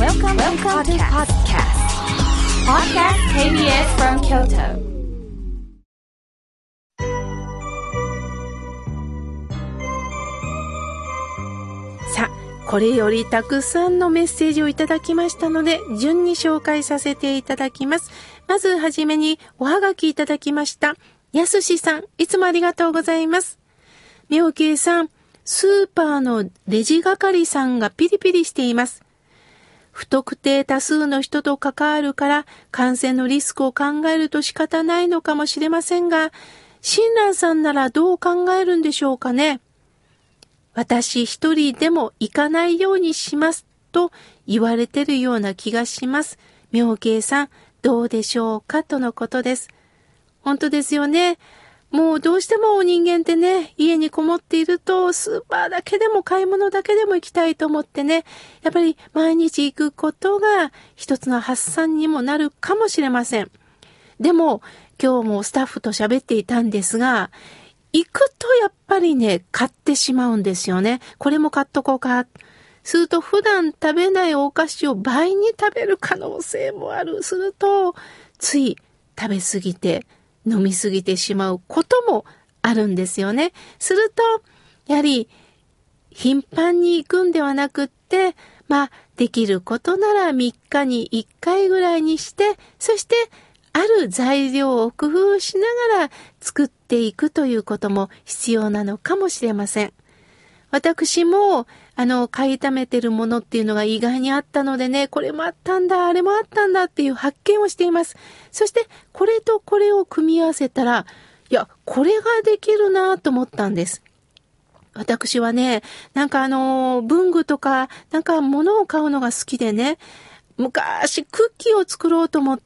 Welcome to podcast. Podcast KBS from Kyoto. さあ、これよりたくさんのメッセージをいただきましたので、順に紹介させていただきます。まずはじめにおはがきいただきました。やすしさん、いつもありがとうございます。みょうけいさん、スーパーのレジ係さんがピリピリしています。不特定多数の人と関わるから感染のリスクを考えると仕方ないのかもしれませんが、親鸞さんならどう考えるんでしょうかね。私一人でも行かないようにしますと言われてるような気がします。妙慶さん、どうでしょうかとのことです。本当ですよね。もうどうしても人間ってね、家にこもっているとスーパーだけでも買い物だけでも行きたいと思ってね、やっぱり毎日行くことが一つの発散にもなるかもしれません。でも今日もスタッフと喋っていたんですが、行くとやっぱりね、買ってしまうんですよね。これも買っとこうか。すると普段食べないお菓子を倍に食べる可能性もある。すると、つい食べ過ぎて、飲み過ぎてしまうこともあるんですよね。すると、やはり、頻繁に行くんではなくって、できることなら3日に1回ぐらいにして、そして、ある材料を工夫しながら作っていくということも必要なのかもしれません。私も、買い溜めてるものっていうのが意外にあったのでね、これもあったんだ、あれもあったんだっていう発見をしています。そして、これとこれを組み合わせたら、いや、これができるなと思ったんです。私はね、文具とか、物を買うのが好きでね、昔クッキーを作ろうと思って、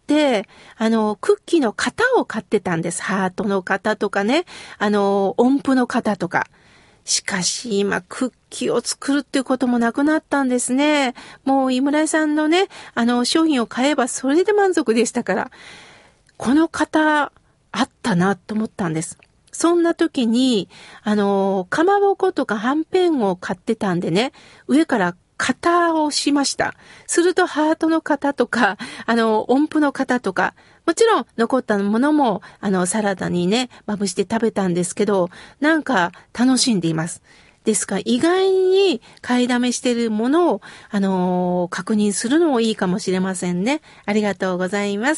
クッキーの型を買ってたんです。ハートの型とかね、音符の型とか。しかし今クッキーを作るっていうこともなくなったんですね。もう井村屋さんのね、商品を買えばそれで満足でしたから。この型あったなと思ったんです。そんな時に、かまぼことかはんぺんを買ってたんでね、上から型をしました。するとハートの型とか、音符の型とか、もちろん残ったものも、サラダにね、まぶして食べたんですけど、楽しんでいます。ですから意外に買いだめしているものを、確認するのもいいかもしれませんね。ありがとうございます。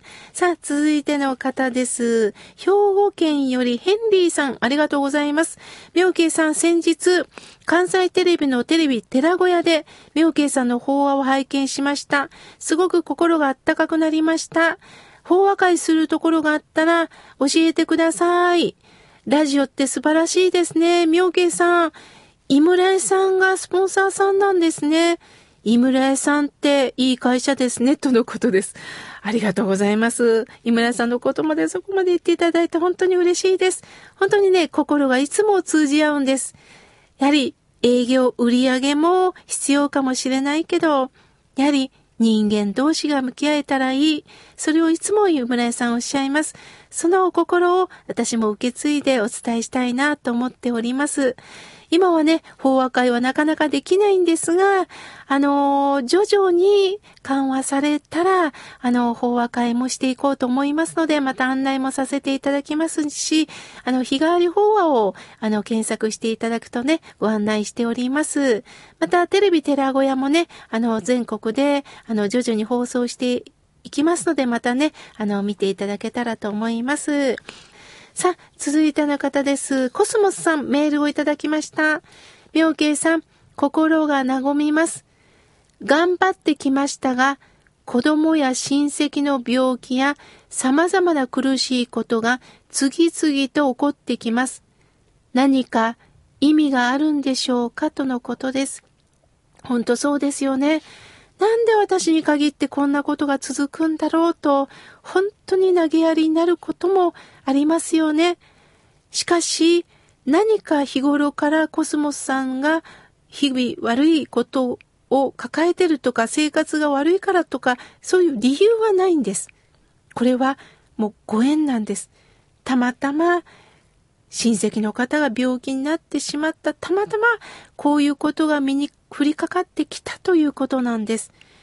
さあ、続いての方です。兵庫県よりヘンリーさん、ありがとうございます。妙慶さん、先日、関西テレビのテレビ寺小屋で妙慶さんの法話を拝見しました。すごく心があったかくなりました。法話会するところがあったら教えてください。ラジオって素晴らしいですね。妙慶さん、井村屋さんがスポンサーさんなんですね。井村屋さんっていい会社ですね、とのことです。ありがとうございます。井村屋さんのことまでそこまで言っていただいて本当に嬉しいです。本当にね、心がいつも通じ合うんです。やはり営業売上も必要かもしれないけど、やはり人間同士が向き合えたらいい。それをいつも井村屋さんおっしゃいます。そのお心を私も受け継いでお伝えしたいなと思っております。今はね、法話会はなかなかできないんですが、徐々に緩和されたら、法話会もしていこうと思いますので、また案内もさせていただきますし、日替わり法話を、検索していただくとね、ご案内しております。また、テレビ寺小屋もね、全国で、徐々に放送していきますので、またね、見ていただけたらと思います。さあ、続いての方です。コスモスさん、メールをいただきました。妙慶さん、心が和みます。頑張ってきましたが、子供や親戚の病気や様々な苦しいことが次々と起こってきます。何か意味があるんでしょうかとのことです。本当そうですよね。なんで私に限ってこんなことが続くんだろうと、本当に投げやりになることもありますよね。しかし、何か日頃からコスモスさんが日々悪いことを抱えてるとか、生活が悪いからとか、そういう理由はないんです。これはもうご縁なんです。たまたま親戚の方が病気になってしまった、たまたまこういうことが身に降りかかってきたということなんです。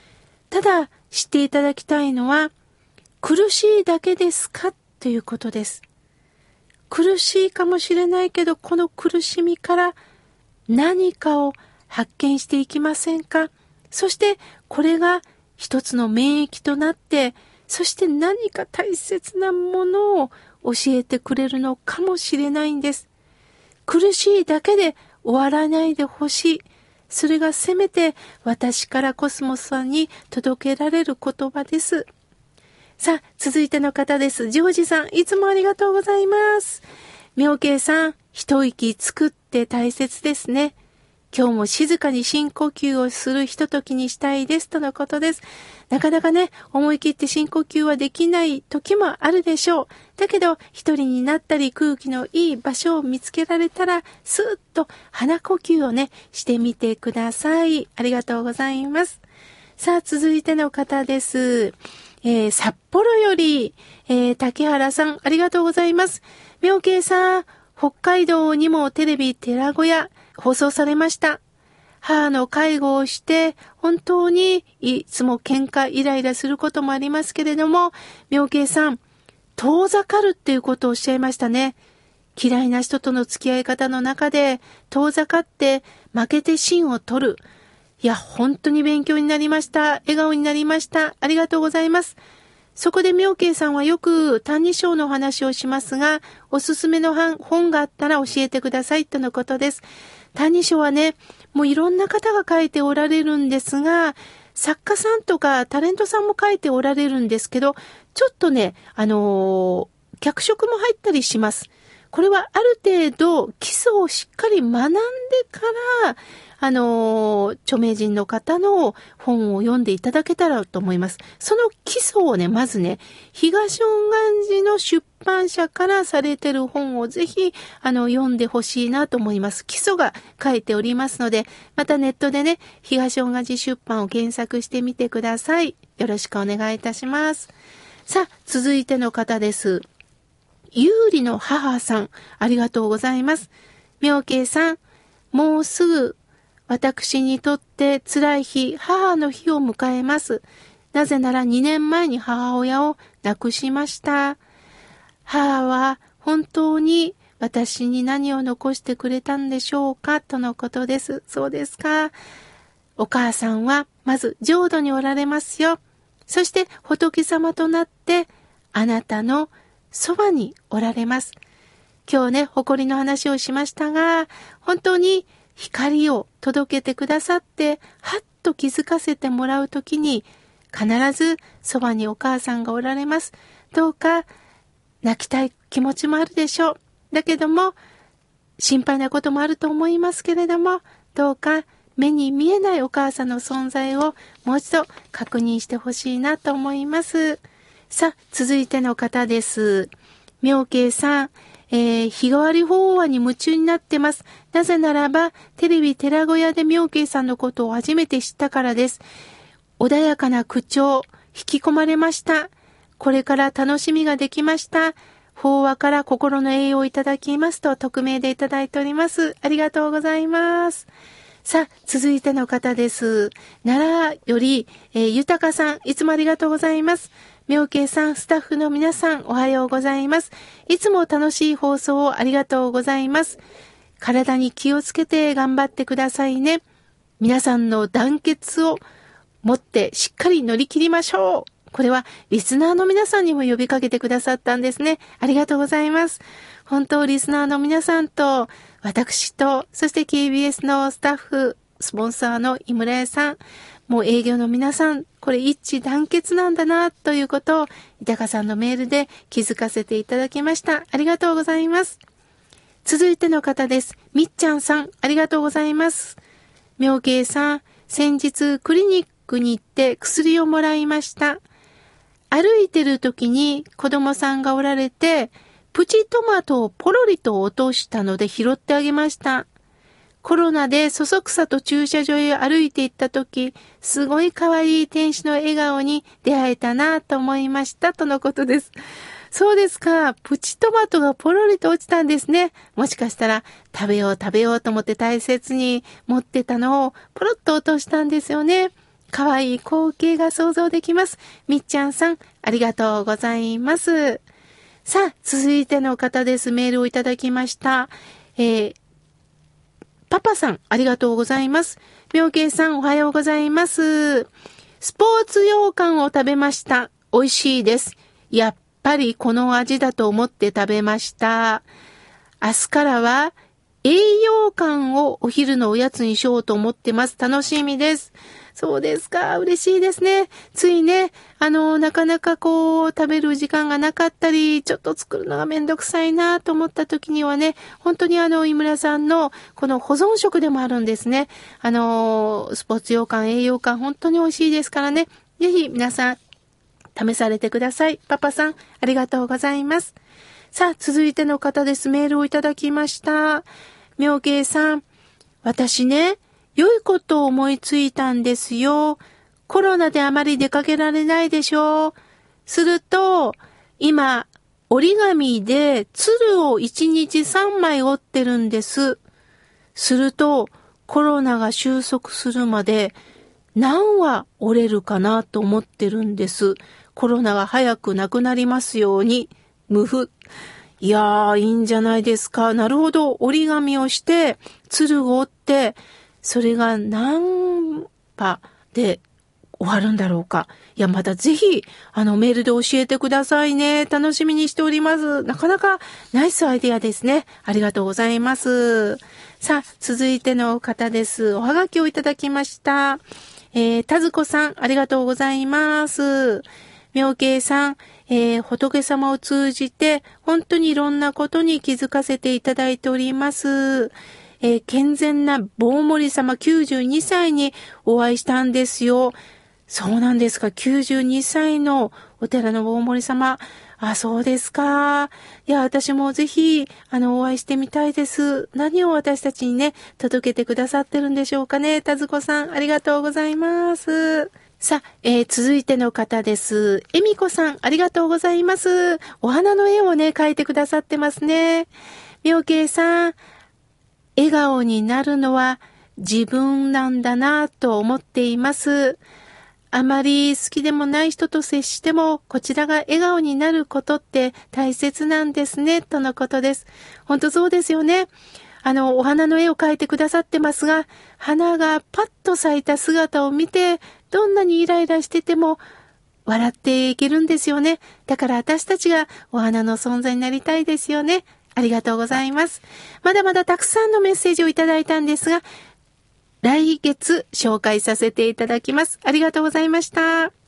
ただ知っていただきたいのは、苦しいだけですかということです。苦しいかもしれないけど、この苦しみから何かを発見していきませんか？そしてこれが一つの免疫となって、そして何か大切なものを教えてくれるのかもしれないんです。苦しいだけで終わらないでほしい。それがせめて私からコスモスさんに届けられる言葉です。さあ、続いての方です。ジョージさん、いつもありがとうございます。妙慶さん、一息つくって大切ですね。今日も静かに深呼吸をするひとときにしたいですとのことです。なかなかね、思い切って深呼吸はできない時もあるでしょう。だけど、一人になったり空気のいい場所を見つけられたら、スーッと鼻呼吸をね、してみてください。ありがとうございます。さあ、続いての方です。札幌より、竹原さん、ありがとうございます。妙慶さん、北海道にもテレビ寺小屋放送されました。母の介護をして、本当にいつも喧嘩イライラすることもありますけれども、妙慶さん、遠ざかるっていうことをおっしゃいましたね。嫌いな人との付き合い方の中で、遠ざかって負けて芯を取る。いや、本当に勉強になりました。笑顔になりました。ありがとうございます。そこで妙慶さんはよく歎異抄の話をしますが、おすすめの本があったら教えてくださいとのことです。歎異抄はね、もういろんな方が書いておられるんですが、作家さんとかタレントさんも書いておられるんですけど、ちょっとね、脚色も入ったりします。これはある程度基礎をしっかり学んでから、著名人の方の本を読んでいただけたらと思います。その基礎をね、まずね、東恩願寺の出版社からされてる本をぜひ、読んでほしいなと思います。基礎が書いておりますので、またネットでね、東恩願寺出版を検索してみてください。よろしくお願いいたします。さあ、続いての方です。有利の母さん、ありがとうございます。妙慶さん、もうすぐ私にとって辛い日、母の日を迎えます。なぜなら2年前に母親を亡くしました。母は本当に私に何を残してくれたんでしょうかとのことです。そうですか。お母さんはまず浄土におられますよ。そして仏様となってあなたのそばにおられます。今日ね、誇りの話をしましたが、本当に光を届けてくださって、はっと気づかせてもらうときに、必ずそばにお母さんがおられます。どうか泣きたい気持ちもあるでしょう。だけども、心配なこともあると思いますけれども、どうか目に見えないお母さんの存在をもう一度確認してほしいなと思います。さあ、続いての方です。妙慶さん、日替わり法話に夢中になってます。なぜならば、テレビ寺小屋で妙慶さんのことを初めて知ったからです。穏やかな口調、引き込まれました。これから楽しみができました。法話から心の栄養をいただきますと、匿名でいただいております。ありがとうございます。さあ、続いての方です。奈良より、豊さん、いつもありがとうございます。妙慶さん、スタッフの皆さん、おはようございます。いつも楽しい放送をありがとうございます。体に気をつけて頑張ってくださいね。皆さんの団結を持ってしっかり乗り切りましょう。これはリスナーの皆さんにも呼びかけてくださったんですね。ありがとうございます。本当リスナーの皆さんと、私と、そして KBS のスタッフ、スポンサーの井村屋さん、もう営業の皆さん、これ一致団結なんだな、ということを、豊さんのメールで気づかせていただきました。ありがとうございます。続いての方です。みっちゃんさん、ありがとうございます。妙慶さん、先日クリニックに行って薬をもらいました。歩いてる時に子供さんがおられて、プチトマトをポロリと落としたので拾ってあげました。コロナでそそくさと駐車場へ歩いて行った時、すごい可愛い天使の笑顔に出会えたなと思いましたとのことです。そうですか。プチトマトがポロリと落ちたんですね。もしかしたら食べようと思って大切に持ってたのをポロッと落としたんですよね。 かわいい光景が想像できます。みっちゃんさん、ありがとうございます。さあ、続いての方です。メールをいただきました。パパさん、ありがとうございます。みょうけいさん、おはようございます。スポーツ羊羹を食べました。美味しいです。やっぱりこの味だと思って食べました。明日からは栄養羹をお昼のおやつにしようと思ってます。楽しみです。そうですか。嬉しいですね。ついね、なかなか食べる時間がなかったり、ちょっと作るのがめんどくさいなと思った時にはね、本当に井村さんのこの保存食でもあるんですね。スポーツ羊羹、栄養羹、本当に美味しいですからね。ぜひ皆さん、試されてください。パパさん、ありがとうございます。さあ、続いての方です。メールをいただきました。みょうけいさん、私ね、良いことを思いついたんですよ。コロナであまり出かけられないでしょう。すると、今、折り紙で鶴を1日3枚折ってるんです。すると、コロナが収束するまで何羽折れるかなと思ってるんです。コロナが早くなくなりますように。無ふ。いやー、いいんじゃないですか。なるほど。折り紙をして、鶴を折って、それが何羽で終わるんだろうか。いや、またぜひ、メールで教えてくださいね。楽しみにしております。なかなかナイスアイデアですね。ありがとうございます。さあ、続いての方です。おはがきをいただきました。たずこさん、ありがとうございます。みょうけいさん、仏様を通じて、本当にいろんなことに気づかせていただいております。健全な坊森様92歳にお会いしたんですよ。そうなんですか。92歳のお寺の坊森様。あ、そうですか。いや、私もぜひ、お会いしてみたいです。何を私たちにね、届けてくださってるんでしょうかね。たずこさん、ありがとうございます。さあ、続いての方です。えみこさん、ありがとうございます。お花の絵をね、描いてくださってますね。みょうけいさん、笑顔になるのは自分なんだなと思っています。あまり好きでもない人と接しても、こちらが笑顔になることって大切なんですね、とのことです。本当そうですよね。お花の絵を描いてくださってますが、花がパッと咲いた姿を見て、どんなにイライラしてても、笑っていけるんですよね。だから私たちがお花の存在になりたいですよね。ありがとうございます。まだまだたくさんのメッセージをいただいたんですが、来月紹介させていただきます。ありがとうございました。